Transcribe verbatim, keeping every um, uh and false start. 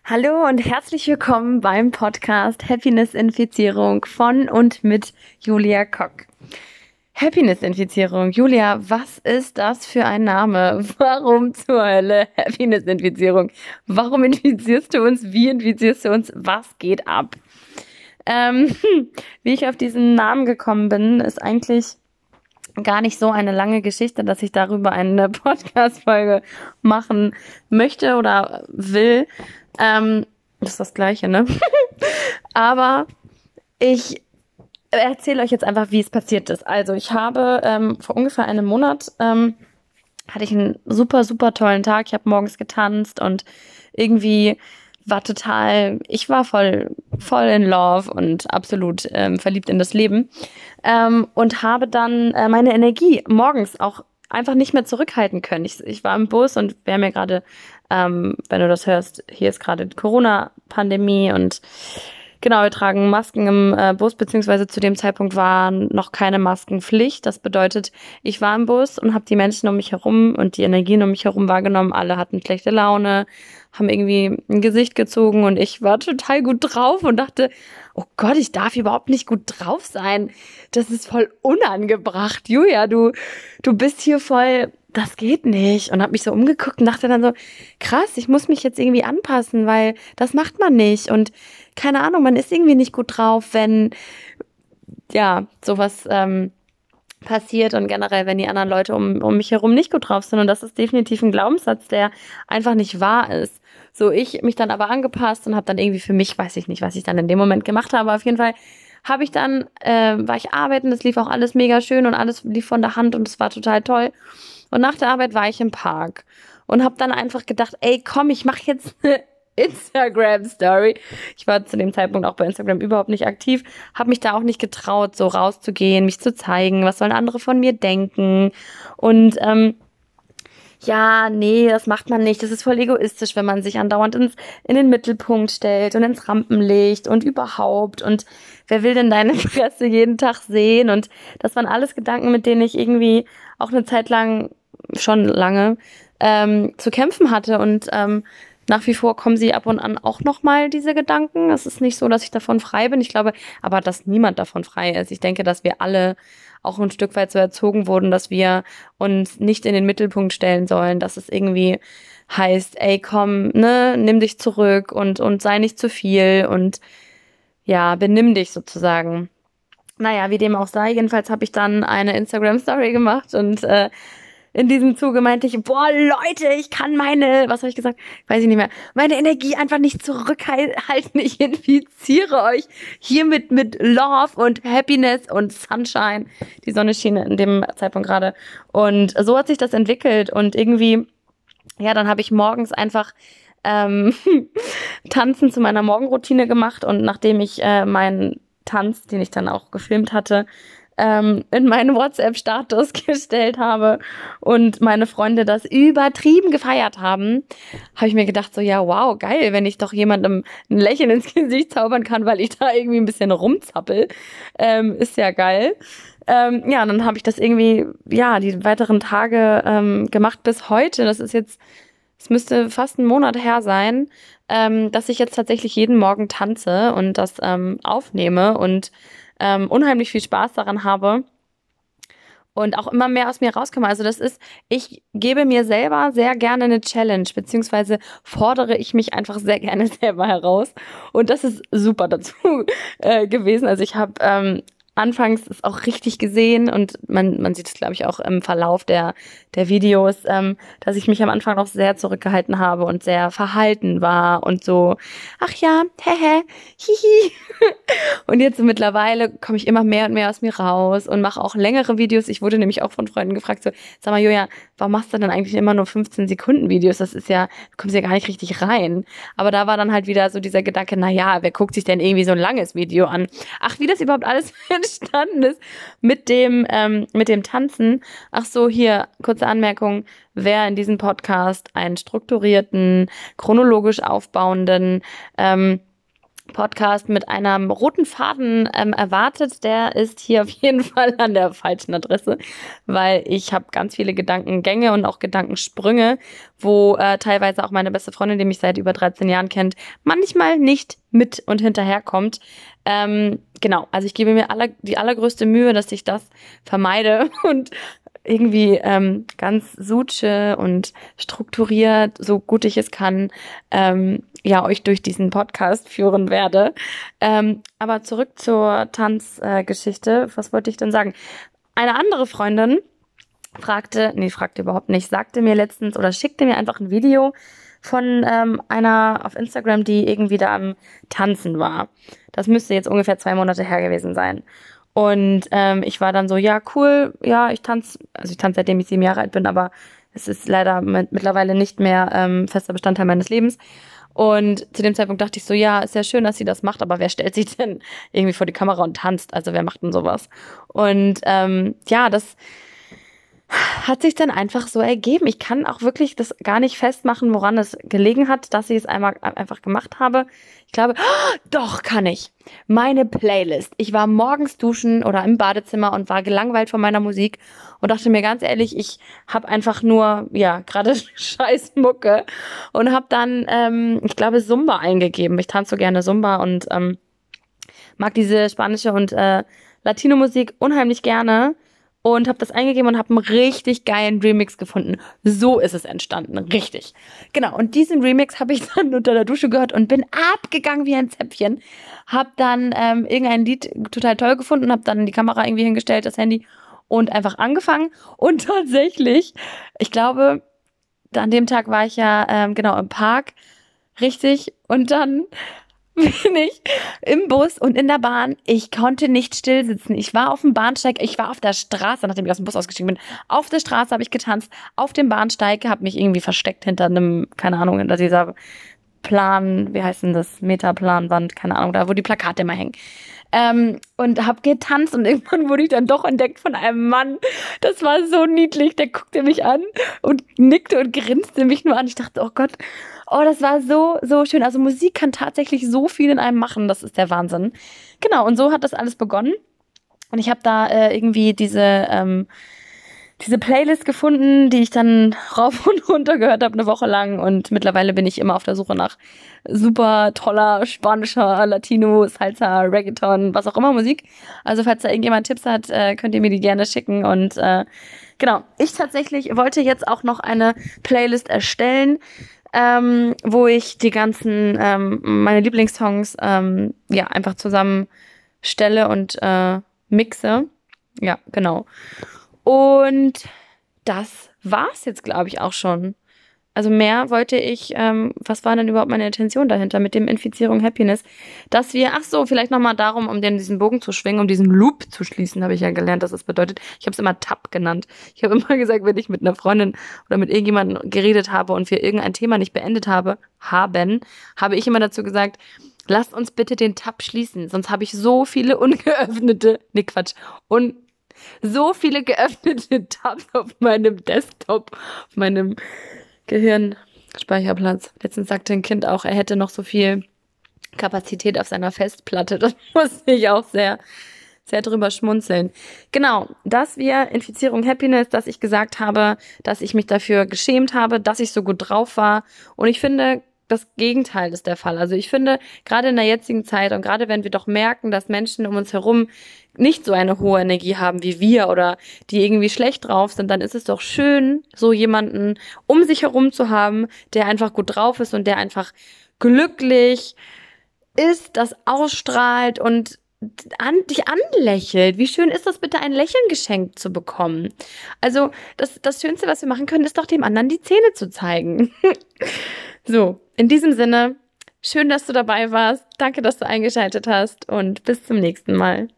Hallo und herzlich willkommen beim Podcast Happiness-Infizierung von und mit Julia Kock. Happiness-Infizierung. Julia, was ist das für ein Name? Warum zur Hölle Happiness-Infizierung? Warum infizierst du uns? Wie infizierst du uns? Was geht ab? Ähm, wie ich auf diesen Namen gekommen bin, ist eigentlich gar nicht so eine lange Geschichte, dass ich darüber eine Podcast-Folge machen möchte oder will. Ähm, das ist das Gleiche, ne? Aber ich erzähle euch jetzt einfach, wie es passiert ist. Also ich habe ähm, vor ungefähr einem Monat ähm, hatte ich einen super, super tollen Tag. Ich habe morgens getanzt und irgendwie war total, ich war voll, voll in love und absolut ähm, verliebt in das Leben ähm, und habe dann äh, meine Energie morgens auch einfach nicht mehr zurückhalten können. Ich, ich war im Bus und wer mir gerade, ähm, wenn du das hörst, hier ist gerade Corona-Pandemie und genau, wir tragen Masken im äh, Bus, beziehungsweise zu dem Zeitpunkt war noch keine Maskenpflicht. Das bedeutet, ich war im Bus und habe die Menschen um mich herum und die Energien um mich herum wahrgenommen. Alle hatten schlechte Laune, haben irgendwie ein Gesicht gezogen und ich war total gut drauf und dachte, oh Gott, ich darf überhaupt nicht gut drauf sein. Das ist voll unangebracht. Julia, du, du bist hier voll, das geht nicht. Und habe mich so umgeguckt und dachte dann so, krass, ich muss mich jetzt irgendwie anpassen, weil das macht man nicht. Und keine Ahnung, man ist irgendwie nicht gut drauf, wenn, ja, sowas ähm, passiert und generell, wenn die anderen Leute um, um mich herum nicht gut drauf sind. Und das ist definitiv ein Glaubenssatz, der einfach nicht wahr ist. So, ich mich dann aber angepasst und habe dann irgendwie für mich, weiß ich nicht, was ich dann in dem Moment gemacht habe, auf jeden Fall habe ich dann, äh, war ich arbeiten, das lief auch alles mega schön und alles lief von der Hand und es war total toll. Und nach der Arbeit war ich im Park und habe dann einfach gedacht, ey, komm, ich mache jetzt eine Instagram-Story. Ich war zu dem Zeitpunkt auch bei Instagram überhaupt nicht aktiv, habe mich da auch nicht getraut, so rauszugehen, mich zu zeigen, was sollen andere von mir denken und ähm, ja, nee, das macht man nicht. Das ist voll egoistisch, wenn man sich andauernd ins, in den Mittelpunkt stellt und ins Rampenlicht und überhaupt. Und wer will denn deine Fresse jeden Tag sehen? Und das waren alles Gedanken, mit denen ich irgendwie auch eine Zeit lang, schon lange, ähm, zu kämpfen hatte. Und ähm, nach wie vor kommen sie ab und an auch nochmal, diese Gedanken. Es ist nicht so, dass ich davon frei bin. Ich glaube aber, dass niemand davon frei ist. Ich denke, dass wir alle auch ein Stück weit so erzogen wurden, dass wir uns nicht in den Mittelpunkt stellen sollen, dass es irgendwie heißt, ey, komm, ne, nimm dich zurück und, und sei nicht zu viel und ja, benimm dich sozusagen. Naja, wie dem auch sei, jedenfalls habe ich dann eine Instagram-Story gemacht und äh, in diesem Zuge meinte ich, boah, Leute, ich kann meine, was habe ich gesagt? Weiß ich nicht mehr. Meine Energie einfach nicht zurückhalten. Ich infiziere euch hiermit mit Love und Happiness und Sunshine. Die Sonne schien in dem Zeitpunkt gerade. Und so hat sich das entwickelt. Und irgendwie, ja, dann habe ich morgens einfach ähm, Tanzen zu meiner Morgenroutine gemacht. Und nachdem ich äh, meinen Tanz, den ich dann auch gefilmt hatte, in meinen WhatsApp-Status gestellt habe und meine Freunde das übertrieben gefeiert haben, habe ich mir gedacht so, ja, wow, geil, wenn ich doch jemandem ein Lächeln ins Gesicht zaubern kann, weil ich da irgendwie ein bisschen rumzappel, ähm, ist ja geil. Ähm, ja, dann habe ich das irgendwie, ja, die weiteren Tage ähm, gemacht bis heute. Das ist jetzt, es müsste fast einen Monat her sein, ähm, dass ich jetzt tatsächlich jeden Morgen tanze und das ähm, aufnehme und Ähm, unheimlich viel Spaß daran habe und auch immer mehr aus mir rauskomme. Also das ist, ich gebe mir selber sehr gerne eine Challenge, beziehungsweise fordere ich mich einfach sehr gerne selber heraus und das ist super dazu äh, gewesen. Also ich habe ähm, anfangs es auch richtig gesehen und man man sieht es, glaube ich, auch im Verlauf der der Videos, ähm, dass ich mich am Anfang noch sehr zurückgehalten habe und sehr verhalten war und so, ach ja, hehe, hihi. Und jetzt so mittlerweile komme ich immer mehr und mehr aus mir raus und mache auch längere Videos. Ich wurde nämlich auch von Freunden gefragt, so, sag mal, Julia, warum machst du denn eigentlich immer nur fünfzehn Sekunden Videos? Das ist ja, du kommst ja gar nicht richtig rein. Aber da war dann halt wieder so dieser Gedanke, na ja, wer guckt sich denn irgendwie so ein langes Video an? Ach, wie das überhaupt alles entstanden ist mit dem, ähm, mit dem Tanzen. Ach so, hier, kurze Anmerkung, wer in diesem Podcast einen strukturierten, chronologisch aufbauenden, ähm, Podcast mit einem roten Faden ähm, erwartet, der ist hier auf jeden Fall an der falschen Adresse, weil ich habe ganz viele Gedankengänge und auch Gedankensprünge, wo äh, teilweise auch meine beste Freundin, die mich seit über dreizehn Jahren kennt, manchmal nicht mit und hinterherkommt. Ähm, genau, also ich gebe mir aller, die allergrößte Mühe, dass ich das vermeide und irgendwie ähm, ganz suche und strukturiert, so gut ich es kann, ähm, ja, euch durch diesen Podcast führen werde. Ähm, aber zurück zur Tanzgeschichte. Äh, Was wollte ich denn sagen? Eine andere Freundin fragte, nee, fragte überhaupt nicht, sagte mir letztens oder schickte mir einfach ein Video von ähm, einer auf Instagram, die irgendwie da am Tanzen war. Das müsste jetzt ungefähr zwei Monate her gewesen sein. Und ähm, ich war dann so, ja, cool, ja, ich tanze, also ich tanze seitdem ich sieben Jahre alt bin, aber es ist leider mit, mittlerweile nicht mehr ähm, fester Bestandteil meines Lebens. Und zu dem Zeitpunkt dachte ich so, ja, ist ja schön, dass sie das macht, aber wer stellt sich denn irgendwie vor die Kamera und tanzt? Also wer macht denn sowas? Und ähm, ja, das hat sich dann einfach so ergeben. Ich kann auch wirklich das gar nicht festmachen, woran es gelegen hat, dass ich es einmal einfach gemacht habe. Ich glaube, oh, doch kann ich. Meine Playlist. Ich war morgens duschen oder im Badezimmer und war gelangweilt von meiner Musik und dachte mir ganz ehrlich, ich habe einfach nur, ja, gerade scheiß Mucke und habe dann, ähm, ich glaube, Zumba eingegeben. Ich tanze so gerne Zumba und ähm, mag diese spanische und äh, Latino-Musik unheimlich gerne. Und habe das eingegeben und habe einen richtig geilen Remix gefunden. So ist es entstanden, richtig. Genau, und diesen Remix habe ich dann unter der Dusche gehört und bin abgegangen wie ein Zäpfchen. Habe dann ähm, irgendein Lied total toll gefunden, habe dann die Kamera irgendwie hingestellt, das Handy, und einfach angefangen. Und tatsächlich, ich glaube, an dem Tag war ich ja ähm, genau im Park, richtig. Und dann bin ich im Bus und in der Bahn. Ich konnte nicht still sitzen. Ich war auf dem Bahnsteig, ich war auf der Straße, nachdem ich aus dem Bus ausgestiegen bin. Auf der Straße habe ich getanzt, auf dem Bahnsteig, habe mich irgendwie versteckt hinter einem, keine Ahnung, hinter dieser Plan, wie heißt denn das, Metaplanwand, keine Ahnung, da wo die Plakate immer hängen. Ähm, und habe getanzt und irgendwann wurde ich dann doch entdeckt von einem Mann. Das war so niedlich, der guckte mich an und nickte und grinste mich nur an. Ich dachte, oh Gott, oh, das war so, so schön. Also Musik kann tatsächlich so viel in einem machen, das ist der Wahnsinn. Genau, und so hat das alles begonnen. Und ich habe da äh, irgendwie diese ähm, diese Playlist gefunden, die ich dann rauf und runter gehört habe, eine Woche lang. Und mittlerweile bin ich immer auf der Suche nach super toller spanischer, Latino, Salsa, Reggaeton, was auch immer Musik. Also falls da irgendjemand Tipps hat, äh, könnt ihr mir die gerne schicken. Und äh, genau, ich tatsächlich wollte jetzt auch noch eine Playlist erstellen, ähm, wo ich die ganzen, ähm, meine Lieblingssongs ähm, ja einfach zusammenstelle und äh, mixe. Ja, genau. Und das war's jetzt, glaube ich, auch schon. Also mehr wollte ich, ähm, was war denn überhaupt meine Intention dahinter mit dem Infizierung Happiness? Dass wir, ach so, vielleicht nochmal darum, um den, diesen Bogen zu schwingen, um diesen Loop zu schließen, habe ich ja gelernt, dass das bedeutet. Ich habe es immer Tab genannt. Ich habe immer gesagt, wenn ich mit einer Freundin oder mit irgendjemandem geredet habe und wir irgendein Thema nicht beendet habe, haben, habe ich immer dazu gesagt, lasst uns bitte den Tab schließen, sonst habe ich so viele ungeöffnete, nee Quatsch, un so viele geöffnete Tabs auf meinem Desktop, auf meinem Gehirnspeicherplatz. Letztens sagte ein Kind auch, er hätte noch so viel Kapazität auf seiner Festplatte. Das musste ich auch sehr, sehr drüber schmunzeln. Genau, dass wir Infizierung Happiness, dass ich gesagt habe, dass ich mich dafür geschämt habe, dass ich so gut drauf war. Und ich finde, das Gegenteil ist der Fall. Also ich finde, gerade in der jetzigen Zeit und gerade wenn wir doch merken, dass Menschen um uns herum nicht so eine hohe Energie haben wie wir oder die irgendwie schlecht drauf sind, dann ist es doch schön, so jemanden um sich herum zu haben, der einfach gut drauf ist und der einfach glücklich ist, das ausstrahlt und an, dich anlächelt. Wie schön ist das bitte, ein Lächeln geschenkt zu bekommen? Also das, das Schönste, was wir machen können, ist doch dem anderen die Zähne zu zeigen. So, in diesem Sinne, schön, dass du dabei warst. Danke, dass du eingeschaltet hast und bis zum nächsten Mal.